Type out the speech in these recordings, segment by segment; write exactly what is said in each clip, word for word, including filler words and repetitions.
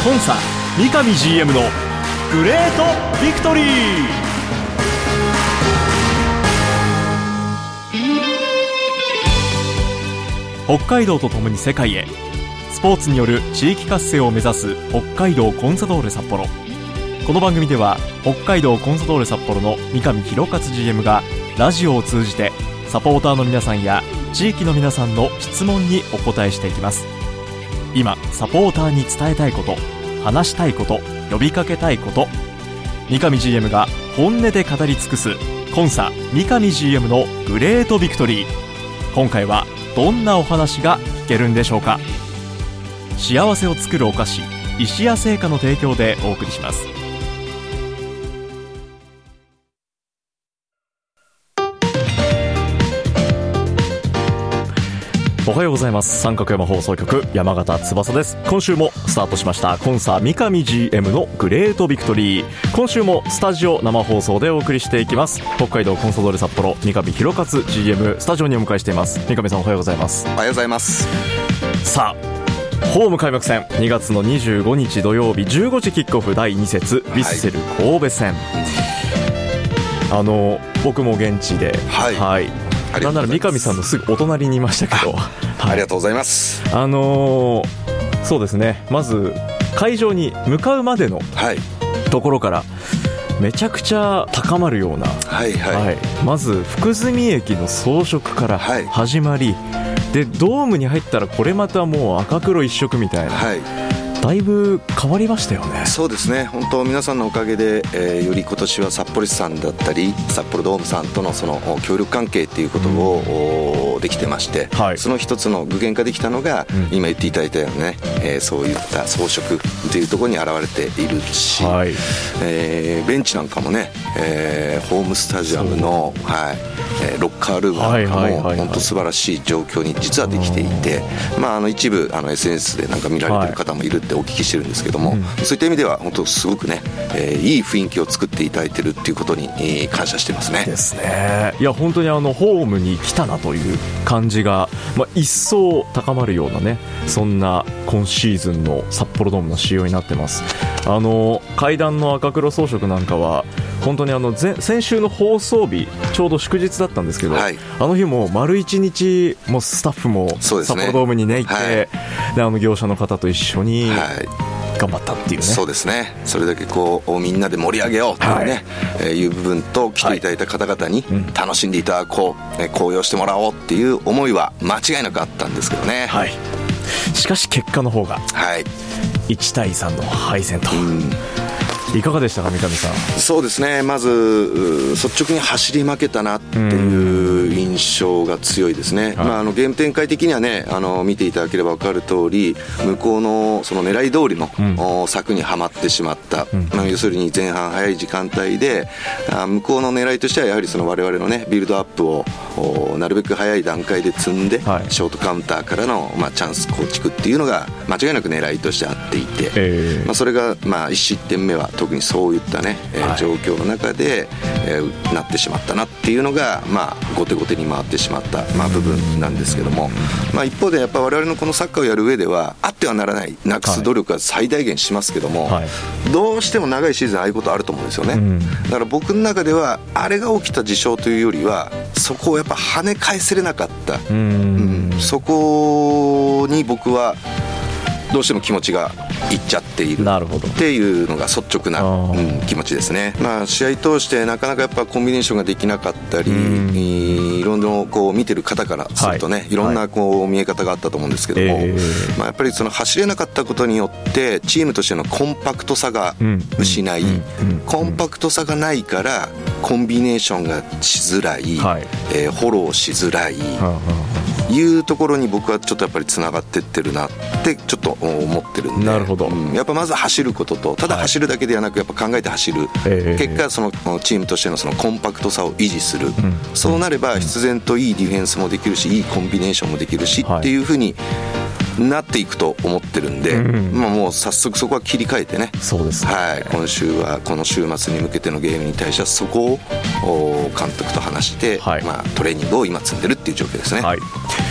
コンサ三上 ジーエム のグレートビクトリー。北海道とともに世界へ、スポーツによる地域活性を目指す北海道コンサドーレ札幌。この番組では北海道コンサドーレ札幌の三上弘勝 ジーエム がラジオを通じてサポーターの皆さんや地域の皆さんの質問にお答えしていきます。今サポーターに伝えたいこと、話したいこと、呼びかけたいこと、三上 ジーエム が本音で語り尽くすコンサ三上 ジーエム のグレートビクトリー。今回はどんなお話が聞けるんでしょうか。幸せを作るお菓子、石屋製菓の提供でお送りします。おはようございます。三角山放送局山形翼です。今週もスタートしましたコンサ三上 ジーエム のグレートビクトリー。今週もスタジオ生放送でお送りしていきます。北海道コンサドーレ札幌三上弘勝 ジーエム スタジオにお迎えしています。三上さん、おはようございます。 おはようございます。 さあ、ホーム開幕戦にがつのにじゅうごにち土曜日じゅうごじキックオフだいに節、ヴィッセル神戸戦、あの僕も現地で、はい、はい、なんなら三上さんのすぐお隣にいましたけど、あ、 はい、ありがとうございます。 あのー、そうですね、まず会場に向かうまでのところからめちゃくちゃ高まるような、はいはいはい、まず福住駅の装飾から始まり、はい、でドームに入ったらこれまたもう赤黒一色みたいな、はい、だいぶ変わりましたよね。 そうですね、本当皆さんのおかげで、えー、より今年は札幌市さんだったり札幌ドームさんとのその協力関係っていうことを、うん、できてまして、はい、その一つの具現化できたのが、うん、今言っていただいたようにね、えー、そういった装飾というところに現れているし、はい、えー、ベンチなんかもね、えー、ホームスタジアムの、はいえー、ロッカールームなんかも本当素晴らしい状況に実はできていて、まあ、あの一部あの エスエヌエス でなんか見られてる方もいるってお聞きしてるんですけども、うん、そういった意味では本当すごくね、えー、いい雰囲気を作っていただいてるっていうことに、えー、感謝してますね。 ですね。いや本当にあのホームに来たなという感じが、まあ、一層高まるようなね、そんな今シーズンの札幌ドームの仕様になってます。あの階段の赤黒装飾なんかは本当にあの前先週の放送日ちょうど祝日だったんですけど、はい、あの日も丸一日もうスタッフも札幌ドームにね行って、はい、であの業者の方と一緒に頑張ったっていうね、 そうですね、それだけこうみんなで盛り上げようというね、はい、えー、いう部分と来ていただいた方々に楽しんでいただこう、ね、高揚してもらおうっていう思いは間違いなくあったんですけどね、はい、 しかし結果の方がいちたいさんの敗戦と、うん、いかがでしたか三上さん。 そうですね、まず率直に走り負けたなっていう印象が強いですね、まあ、あのゲーム展開的にはね、あの見ていただければ分かる通り向こうのその狙い通りの、うん、策にはまってしまった、うん、まあ、要するに前半早い時間帯であ向こうの狙いとしてはやはりその我々のねビルドアップをなるべく早い段階で積んで、はい、ショートカウンターからの、まあ、チャンス構築っていうのが間違いなく狙いとしてあっていて、えーまあ、それが、まあ、いち失点目は特にそういったね、えーはい、状況の中で、えー、なってしまったなっていうのが、まあ、後手後手に回ってしまった、まあ、部分なんですけども、まあ、一方でやっぱ我々のこのサッカーをやる上ではあってはならないなくす努力は最大限しますけども、はい、どうしても長いシーズンああいうことあると思うんですよね、うん、だから僕の中ではあれが起きた事象というよりはそこをやっぱ跳ね返せれなかった、うん、うん、そこに僕はどうしても気持ちがいっちゃっているっていうのが率直な、うん、気持ちですね。まあ、試合通してなかなかやっぱコンビネーションができなかったり、いろんなこう見てる方からするとね、はい、いろんなこう見え方があったと思うんですけども、えーまあ、やっぱりその走れなかったことによってチームとしてのコンパクトさが失い、うんうんうん、コンパクトさがないからコンビネーションがしづらい、はい、えー、フォローしづらい、いうところに僕はちょっとやっぱりつながってってるなってちょっと思ってるんで、 なるほど、 うん、やっぱまず走ることとただ走るだけではなくやっぱ考えて走る、はい、結果そのチームとしてのそのコンパクトさを維持する、うん、そうなれば必然といいディフェンスもできるしいいコンビネーションもできるし、はい、っていう風になっていくと思ってるんで、うん、まあ、もう早速そこは切り替えてね、 そうですね、 はい、今週はこの週末に向けてのゲームに対してはそこを監督と話して、はい、まあ、トレーニングを今積んでるっていう状況ですね、 はい。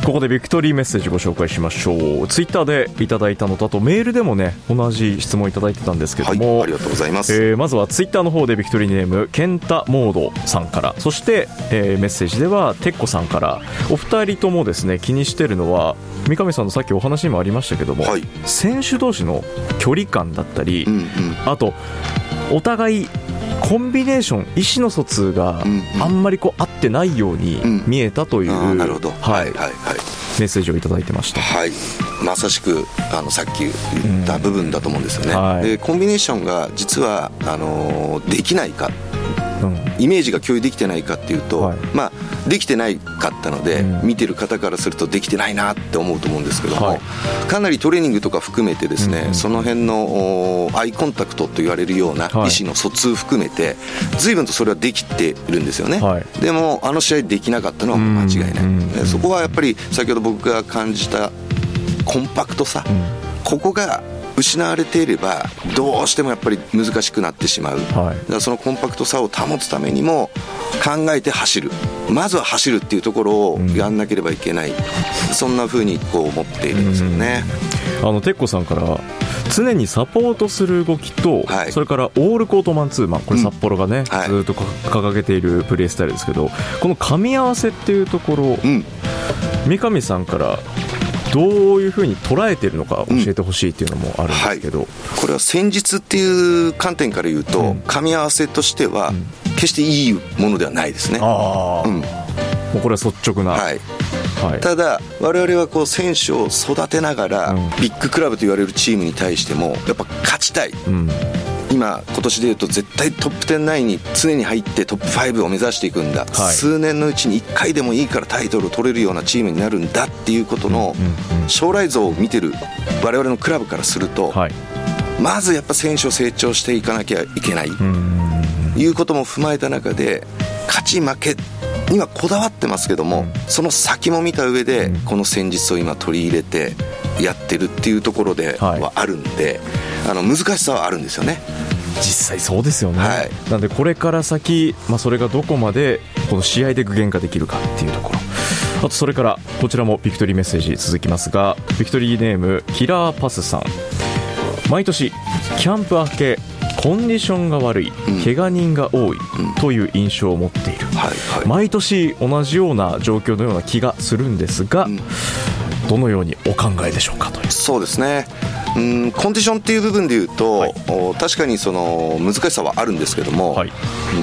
ここでビクトリーメッセージご紹介しましょう。ツイッターでいただいたのと、あとメールでもね同じ質問いただいてたんですけども、 はい、ありがとうございます。 えー、まずはツイッターの方でビクトリーネームケンタモードさんから、そして、えー、メッセージではテッコさんから、お二人ともですね気にしてるのは三上さんのさっきお話にもありましたけども、はい、選手同士の距離感だったり、うんうん、あとお互いコンビネーション、意思の疎通があんまりこう合ってないように見えたという、うんうん、なるほど、はいはいはい、メッセージをいただいてました。 はい、まさしくあのさっき言った部分だと思うんですよね、うん、はい、でコンビネーションが実はあのできないか、うん、イメージが共有できてないかっていうと、はい、まあできてないかったので、うん、見てる方からするとできてないなって思うと思うんですけども、はい、かなりトレーニングとか含めてですね、うん、その辺のアイコンタクトと言われるような意思の疎通含めて、はい、随分とそれはできているんですよね、はい、でもあの試合できなかったのは間違いない、うん、そこはやっぱり先ほど僕が感じたコンパクトさ、うん、ここが失われていればどうしてもやっぱり難しくなってしまう、はい、だからそのコンパクトさを保つためにも考えて走る、まずは走るっていうところをやんなければいけない、うん、そんな風にこう思っているんですよね、 うん、あのテッコさんから常にサポートする動きと、はい、それからオールコートマンツーマン、これ札幌がね、うん、はい、ずっと掲げているプレースタイルですけど、この噛み合わせっていうところ、うん、三上さんからどういう風に捉えているのか教えてほしいっていうのもあるんですけど、うん、はい、 これは戦術っていう観点から言うと、うん、噛み合わせとしては決していいものではないですね、あ、 うん、もうこれは率直な、 はいはい、ただ我々はこう選手を育てながら、うん、ビッグクラブと言われるチームに対してもやっぱ勝ちたい、うん、今今年でいうと絶対トップじゅう内に常に入ってトップファイブを目指していくんだ、はい、数年のうちにいっかいでもいいからタイトルを取れるようなチームになるんだっていうことの将来像を見てる我々のクラブからすると、はい、まずやっぱ選手を成長していかなきゃいけないということも踏まえた中で、勝ち負けにはこだわってますけども、うん、その先も見た上でこの戦術を今取り入れてやってるっていうところではあるんで、はい、あの難しさはあるんですよね。 実際そうですよね、はい、なのでこれから先、まあ、それがどこまでこの試合で具現化できるかっていうところ、あとそれからこちらもビクトリーメッセージ続きますが、ビクトリーネームキラーパスさん、毎年キャンプ明けコンディションが悪い、うん、怪我人が多いという印象を持っている、うん、はいはい、毎年同じような状況のような気がするんですが、うん、どのようにお考えでしょうかという。 そうですね、うん、コンディションっていう部分でいうと、はい、確かにその難しさはあるんですけども、はい、うん、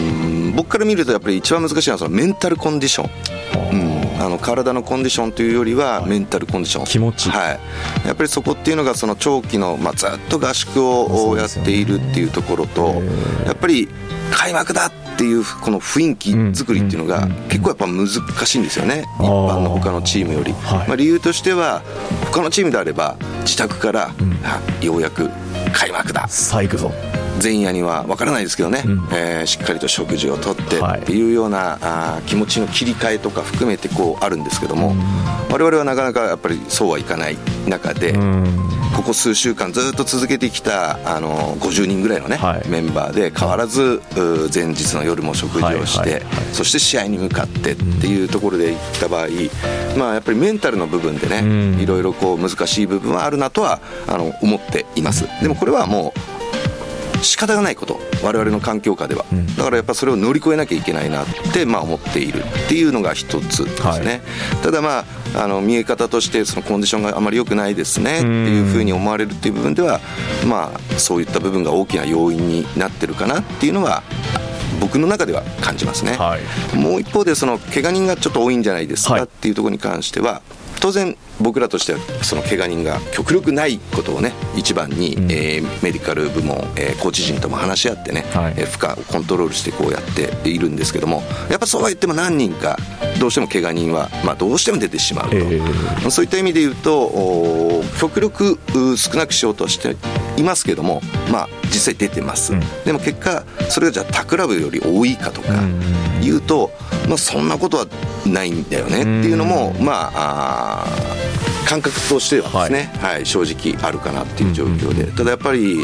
僕から見るとやっぱり一番難しいのはそのメンタルコンディション、うん、あの体のコンディションというよりはメンタルコンディション、はい、 気持ち、 はい、やっぱりそこっていうのがその長期の、まあ、ずっと合宿をやっているっていうところと、やっぱり開幕だっていうこの雰囲気作りっていうのが結構やっぱ難しいんですよね、一般の他のチームより、はい、まあ、理由としては他のチームであれば自宅から、うん、ようやく開幕だ、 さあ行くぞ、 前夜には分からないですけどね、うん、えー、しっかりと食事をとってっていうような、はい、あ気持ちの切り替えとか含めてこうあるんですけども、うん、我々はなかなかやっぱりそうはいかない中で、うん、ここ数週間ずっと続けてきたあのごじゅうにんぐらいのね、はい、メンバーで変わらず前日の夜も食事をして、はいはいはい、そして試合に向かってっていうところでいった場合、まあ、やっぱりメンタルの部分でね、うん、いろいろこう難しい部分はあるなとはあの思っています。でもこれはもう仕方がないこと、我々の環境下では、うん、だからやっぱそれを乗り越えなきゃいけないなってまあ思っているっていうのが一つですね、はい、ただまあ、あの見え方としてそのコンディションがあまり良くないですねっていうふうに思われるっていう部分では、まあそういった部分が大きな要因になってるかなっていうのは僕の中では感じますね、はい、もう一方でその怪我人がちょっと多いんじゃないですかっていうところに関しては、当然僕らとしてはその怪我人が極力ないことをね一番に、うん、えー、メディカル部門、えー、コーチ陣とも話し合ってね、はい、えー、負荷をコントロールしてこうやっているんですけども、やっぱそうは言っても何人かどうしても怪我人は、まあ、どうしても出てしまうと、えー、そういった意味で言うと極力少なくしようとしていますけども、まあ実際出てます、うん、でも結果それがじゃあ他クラブより多いかとか言うと、まあ、そんなことはないんだよねっていうのも、まあ、あ感覚としてはですね、はいはい、正直あるかなっていう状況で、ただやっぱり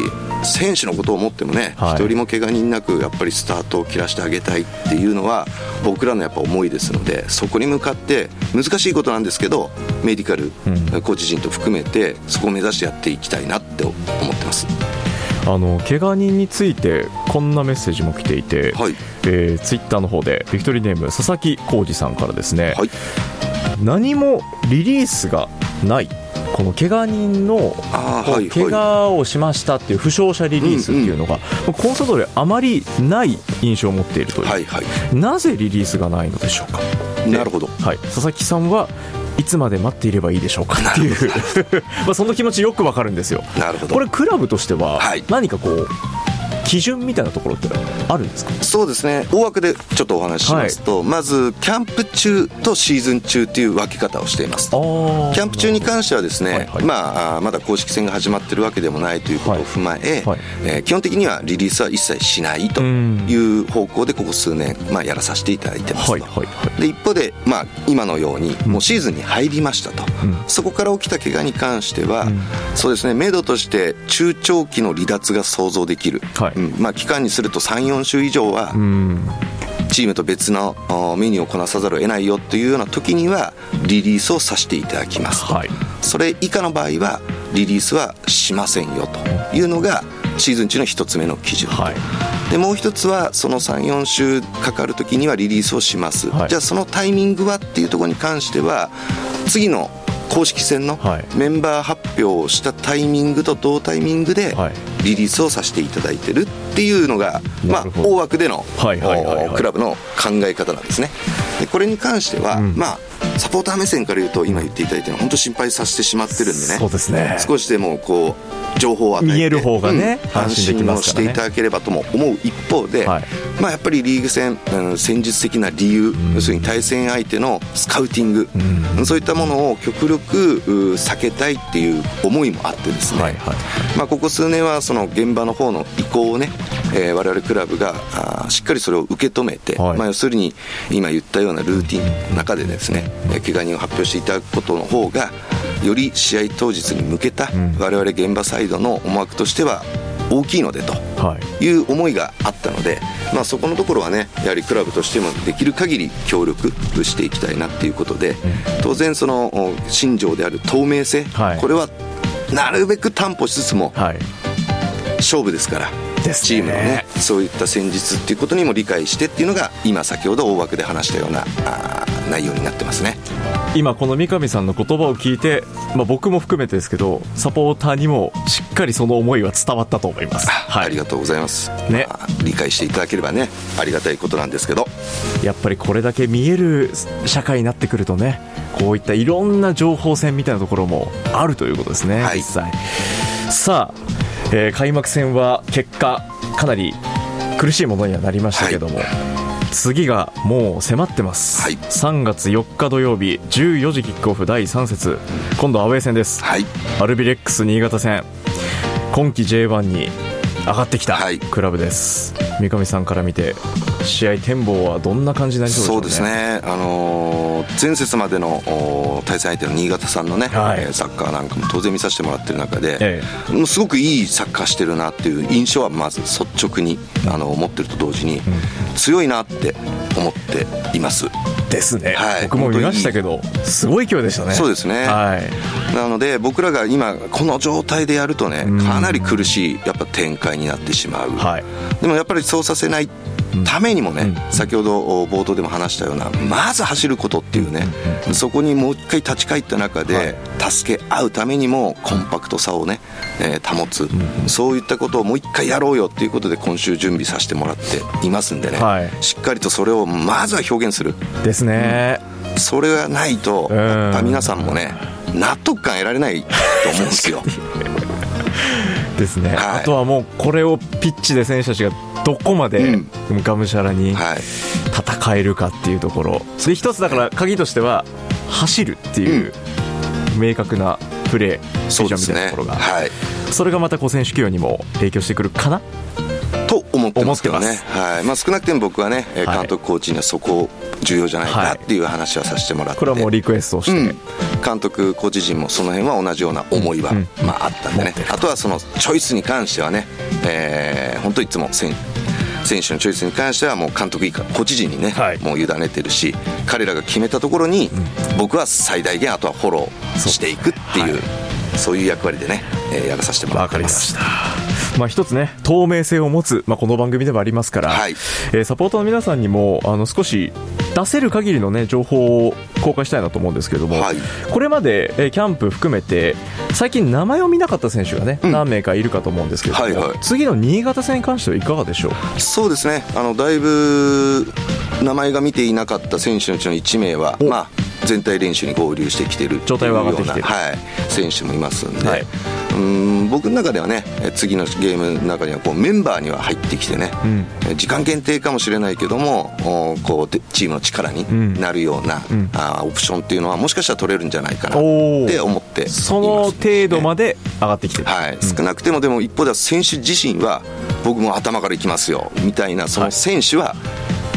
選手のことを思ってもね、はい、一人も怪我人なくやっぱりスタートを切らしてあげたいっていうのは僕らのやっぱ思いですので、そこに向かって難しいことなんですけどメディカル、うん、コーチ陣と含めてそこを目指してやっていきたいなって思ってます。 あの怪我人についてこんなメッセージも来ていて、はい、えー、ツイッターの方でビクトリーネーム佐々木浩二さんからですね、はい、何もリリースがないこの怪我人の怪我をしましたっていう負傷者リリースっていうのが、うんうん、コンサドーレあまりない印象を持っているという、はいはい、なぜリリースがないのでしょうか。 なるほど、 はい、佐々木さんはいつまで待っていればいいでしょうかっていうまあその気持ちよくわかるんですよ。 なるほど。 これクラブとしては何かこう、はい、基準みたいなところってあるんですか。 そうですね、大枠でちょっとお話ししますと、はい、まずキャンプ中とシーズン中という分け方をしています。キャンプ中に関してはですね、はいはい、まあ、まだ公式戦が始まっているわけでもないということを踏まえ、はいはい、えー、基本的にはリリースは一切しないという方向でここ数年、まあ、やらさせていただいてますと、はいはいはい、で一方で、まあ、今のようにもうシーズンに入りましたと、うん、そこから起きた怪我に関しては、うん、そうですね、目処として中長期の離脱が想像できる、はい、うん、まあ、期間にすると さん,よん 週以上はチームと別のメニューをこなさざるを得ないよというような時にはリリースをさせていただきますと、はい、それ以下の場合はリリースはしませんよというのがシーズン中の一つ目の基準、はい、でもう一つはその さん,よん 週かかる時にはリリースをします、はい、じゃあそのタイミングはっていうところに関しては次の公式戦のメンバー発表をしたタイミングと同タイミングでリリースをさせていただいてるっていうのが、まあ、大枠でのクラブの考え方なんですね。でこれに関しては、うん、まあサポーター目線から言うと今言っていただいたように本当心配させてしまってるんでね、 そうですね、 少しでもこう情報を与えて見える方がね、 うん、安心をしていただければとも思う一方で、はい、まあ、やっぱりリーグ戦、うん、戦術的な理由、うん、要するに対戦相手のスカウティング、うん、そういったものを極力避けたいっていう思いもあってですね、はいはい、まあ、ここ数年はその現場の方の意向をね、えー、我々クラブがあしっかりそれを受け止めて、はい、まあ、要するに今言ったようなルーティンの中でですね、えー、怪我人を発表していただくことの方がより試合当日に向けた我々現場サイドの思惑としては大きいのでという思いがあったので、まあ、そこのところはねやはりクラブとしてもできる限り協力していきたいなということで、当然その新庄である透明性、はい、これはなるべく担保しつつも、はい、勝負ですからチームのねそういった戦術っていうことにも理解してっていうのが今先ほど大枠で話したようなあ内容になってますね。 今この三上さんの言葉を聞いて、まあ、僕も含めてですけどサポーターにもしっかりその思いは伝わったと思います。 あ,、はい、ありがとうございます、ね、まあ、理解していただければねありがたいことなんですけど、 やっぱりこれだけ見える社会になってくるとね、こういったいろんな情報戦みたいなところもあるということですね、はい、実際さあ、えー、開幕戦は結果かなり苦しいものにはなりましたけども、はい、次がもう迫ってます、はい、さんがつよっか土曜日じゅうよじキックオフだいさん節、今度アウェー戦です、はい、アルビレックス新潟戦、今季 ジェイワン に上がってきたクラブです、はい、三上さんから見て試合展望はどんな感じになりそうですかね。 そうですね、あのー、前節までの対戦相手の新潟さんのね、はい、サッカーなんかも当然見させてもらってる中で、ええ、もうすごくいいサッカーしてるなっていう印象はまず率直にあの持ってると同時に、うん、強いなって思っていますですね、はい、僕も見ましたけどすごい勢いでしたね。 そうですね、はい、なので僕らが今この状態でやるとねかなり苦しいやっぱ展開になってしまう、はい、でもやっぱりそうさせないためにもね、うん、先ほど冒頭でも話したようなまず走ることっていうね、うん、そこにもう一回立ち返った中で助け合うためにもコンパクトさをね、えー、保つ、うん、そういったことをもう一回やろうよっていうことで今週準備させてもらっていますんでね、はい、しっかりとそれをまずは表現するですね、 うん、それがないとやっぱ皆さんもね納得感得られないと思うんですよですね、はい、あとはもうこれをピッチで選手たちがどこまでがむしゃらに戦えるかっていうところ、で一つだから鍵としては走るっていう明確なプレービジョンみたいなところが、はい、それがまたこう選手起用にも影響してくるかなと思ってますけどね、はい、まあ、少なくても僕はね監督コーチにはそこ重要じゃないかっていう話はさせてもらって、 これはもうリクエストをして、うん、 監督コーチ陣もその辺は同じような思いは、うん、まあ、あったんでね、あとはそのチョイスに関してはねえー、本当いつも選選手のチョイスに関してはもう監督以下コーチ陣にね、はい、もう委ねてるし、彼らが決めたところに、うん、僕は最大限あとはフォローしていくっていう、はい、そういう役割でね、えー、やらさせてもらってます。 わかりました。まあ、一つね透明性を持つ、まあ、この番組ではありますから、はい、えー、サポーターの皆さんにもあの少し出せる限りの、ね、情報を公開したいなと思うんですけれども、はい、これまで、えー、キャンプ含めて最近名前を見なかった選手が、ね、うん、何名かいるかと思うんですけれども、はいはい、次の新潟戦に関してはいかがでしょう。 そうですね、あのだいぶ名前が見ていなかった選手のうちのいち名は、まあ、全体練習に合流してきている状態は上がってきている、 はい、選手もいますんで、はい、うーん僕の中ではね次のゲームの中にはこうメンバーには入ってきてね、うん、時間限定かもしれないけどもこうチームの力になるような、うん、あオプションっていうのはもしかしたら取れるんじゃないかなって思っています、ね、 その程度まで上がってきてる、 はい、うん、少なくてもでも一方では選手自身は僕も頭からいきますよみたいなその選手は、はい、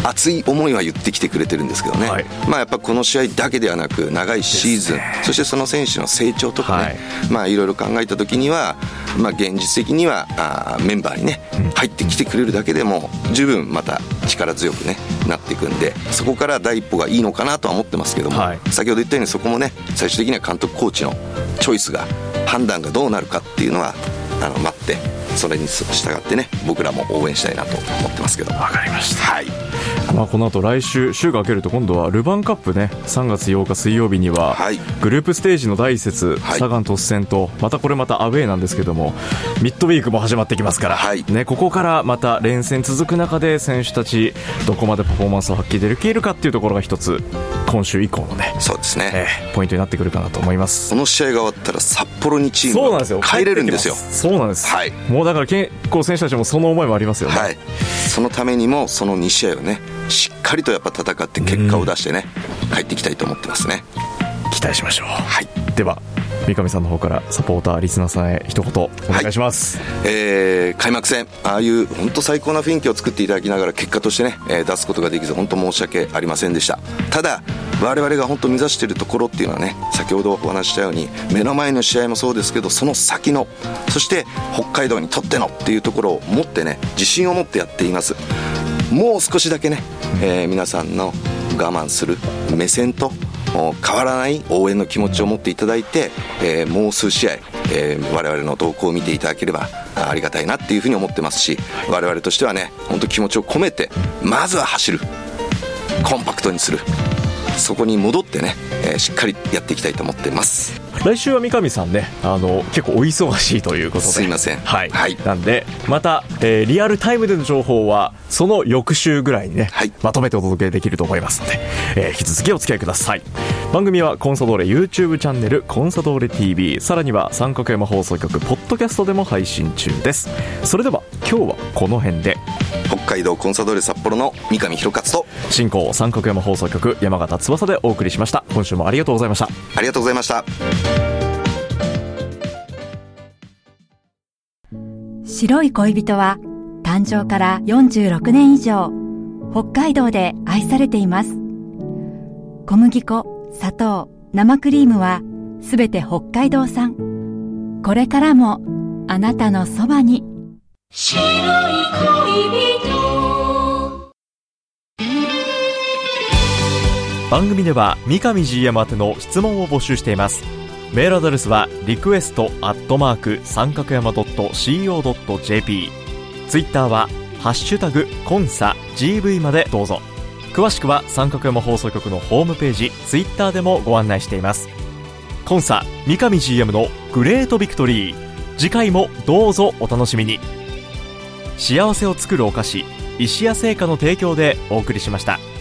熱い思いは言ってきてくれてるんですけどね、はい、まあ、やっぱこの試合だけではなく長いシーズン、ね、そしてその選手の成長とかね、はい、まあいろいろ考えた時には、まあ、現実的にはあメンバーにね入ってきてくれるだけでも十分また力強くねなっていくんで、そこから第一歩がいいのかなとは思ってますけども、はい、先ほど言ったようにそこもね最終的には監督コーチのチョイスが判断がどうなるかっていうのはあの待ってそれに従ってね僕らも応援したいなと思ってますけど。 わかりました、 はい、 まあ、この後来週週が明けると今度はルヴァンカップねさんがつようか水曜日にはグループステージのだいいっ節、はい、サガン鳥栖戦とまたこれまたアウェーなんですけどもミッドウィークも始まってきますから、はい、ね、ここからまた連戦続く中で選手たちどこまでパフォーマンスを発揮できるかっていうところが一つ今週以降のね、 そうですね、 えー、ポイントになってくるかなと思います。 この試合が終わったら札幌にチームが帰れるんですよ。 そうなんです、はい、もうだから結構選手たちもその思いもありますよね、 はい、そのためにもそのに試合をねしっかりとやっぱ戦って結果を出してね、うん、帰っていきたいと思ってますね。 期待しましょう、 はい、 では三上さんの方からサポーターリスナーさんへ一言お願いします。 はい、えー、開幕戦ああいう本当最高な雰囲気を作っていただきながら結果としてね、えー、出すことができず本当申し訳ありませんでした。ただ我々が本当目指しているところっていうのはね、先ほどお話ししたように目の前の試合もそうですけどその先のそして北海道にとってのっていうところを持ってね自信を持ってやっています。もう少しだけね、えー、皆さんの我慢する目線と変わらない応援の気持ちを持っていただいて、えー、もう数試合、えー、我々の動向を見ていただければありがたいなっていうふうに思ってますし、我々としてはね本当気持ちを込めてまずは走る、コンパクトにする、そこに戻ってね、えー、しっかりやっていきたいと思っています。 来週は三上さんねあの結構お忙しいということで、 すいません、 はいはい、なんでまた、えー、リアルタイムでの情報はその翌週ぐらいにね、はい、まとめてお届けできると思いますので、えー、引き続きお付き合いください。番組はコンサドーレ YouTube チャンネルコンサドーレ ティーブイ、 さらには三角山放送局ポッドキャストでも配信中です。それでは今日はこの辺で。 北海道コンサドーレ札幌の三上弘勝と進行三角山放送局山形翼でお送りしました。今週もありがとうございました。 ありがとうございました。 白い恋人は誕生からよんじゅうろくねん以上北海道で愛されています。小麦粉、砂糖、生クリームはすべて北海道産。これからもあなたのそばに白い恋人。 番組では三上 ジーエム 宛ての質問を募集しています。メールアドレスはリクエストアットマーク三角山 .コム ドット ジェーピー、 ツイッターはハッシュタグコンサ ジーブイ までどうぞ。詳しくは三角山放送局のホームページ、ツイッターでもご案内しています。コンサ三上 ジーエム のグレートビクトリー、次回もどうぞお楽しみに。幸せを作るお菓子石屋製菓の提供でお送りしました。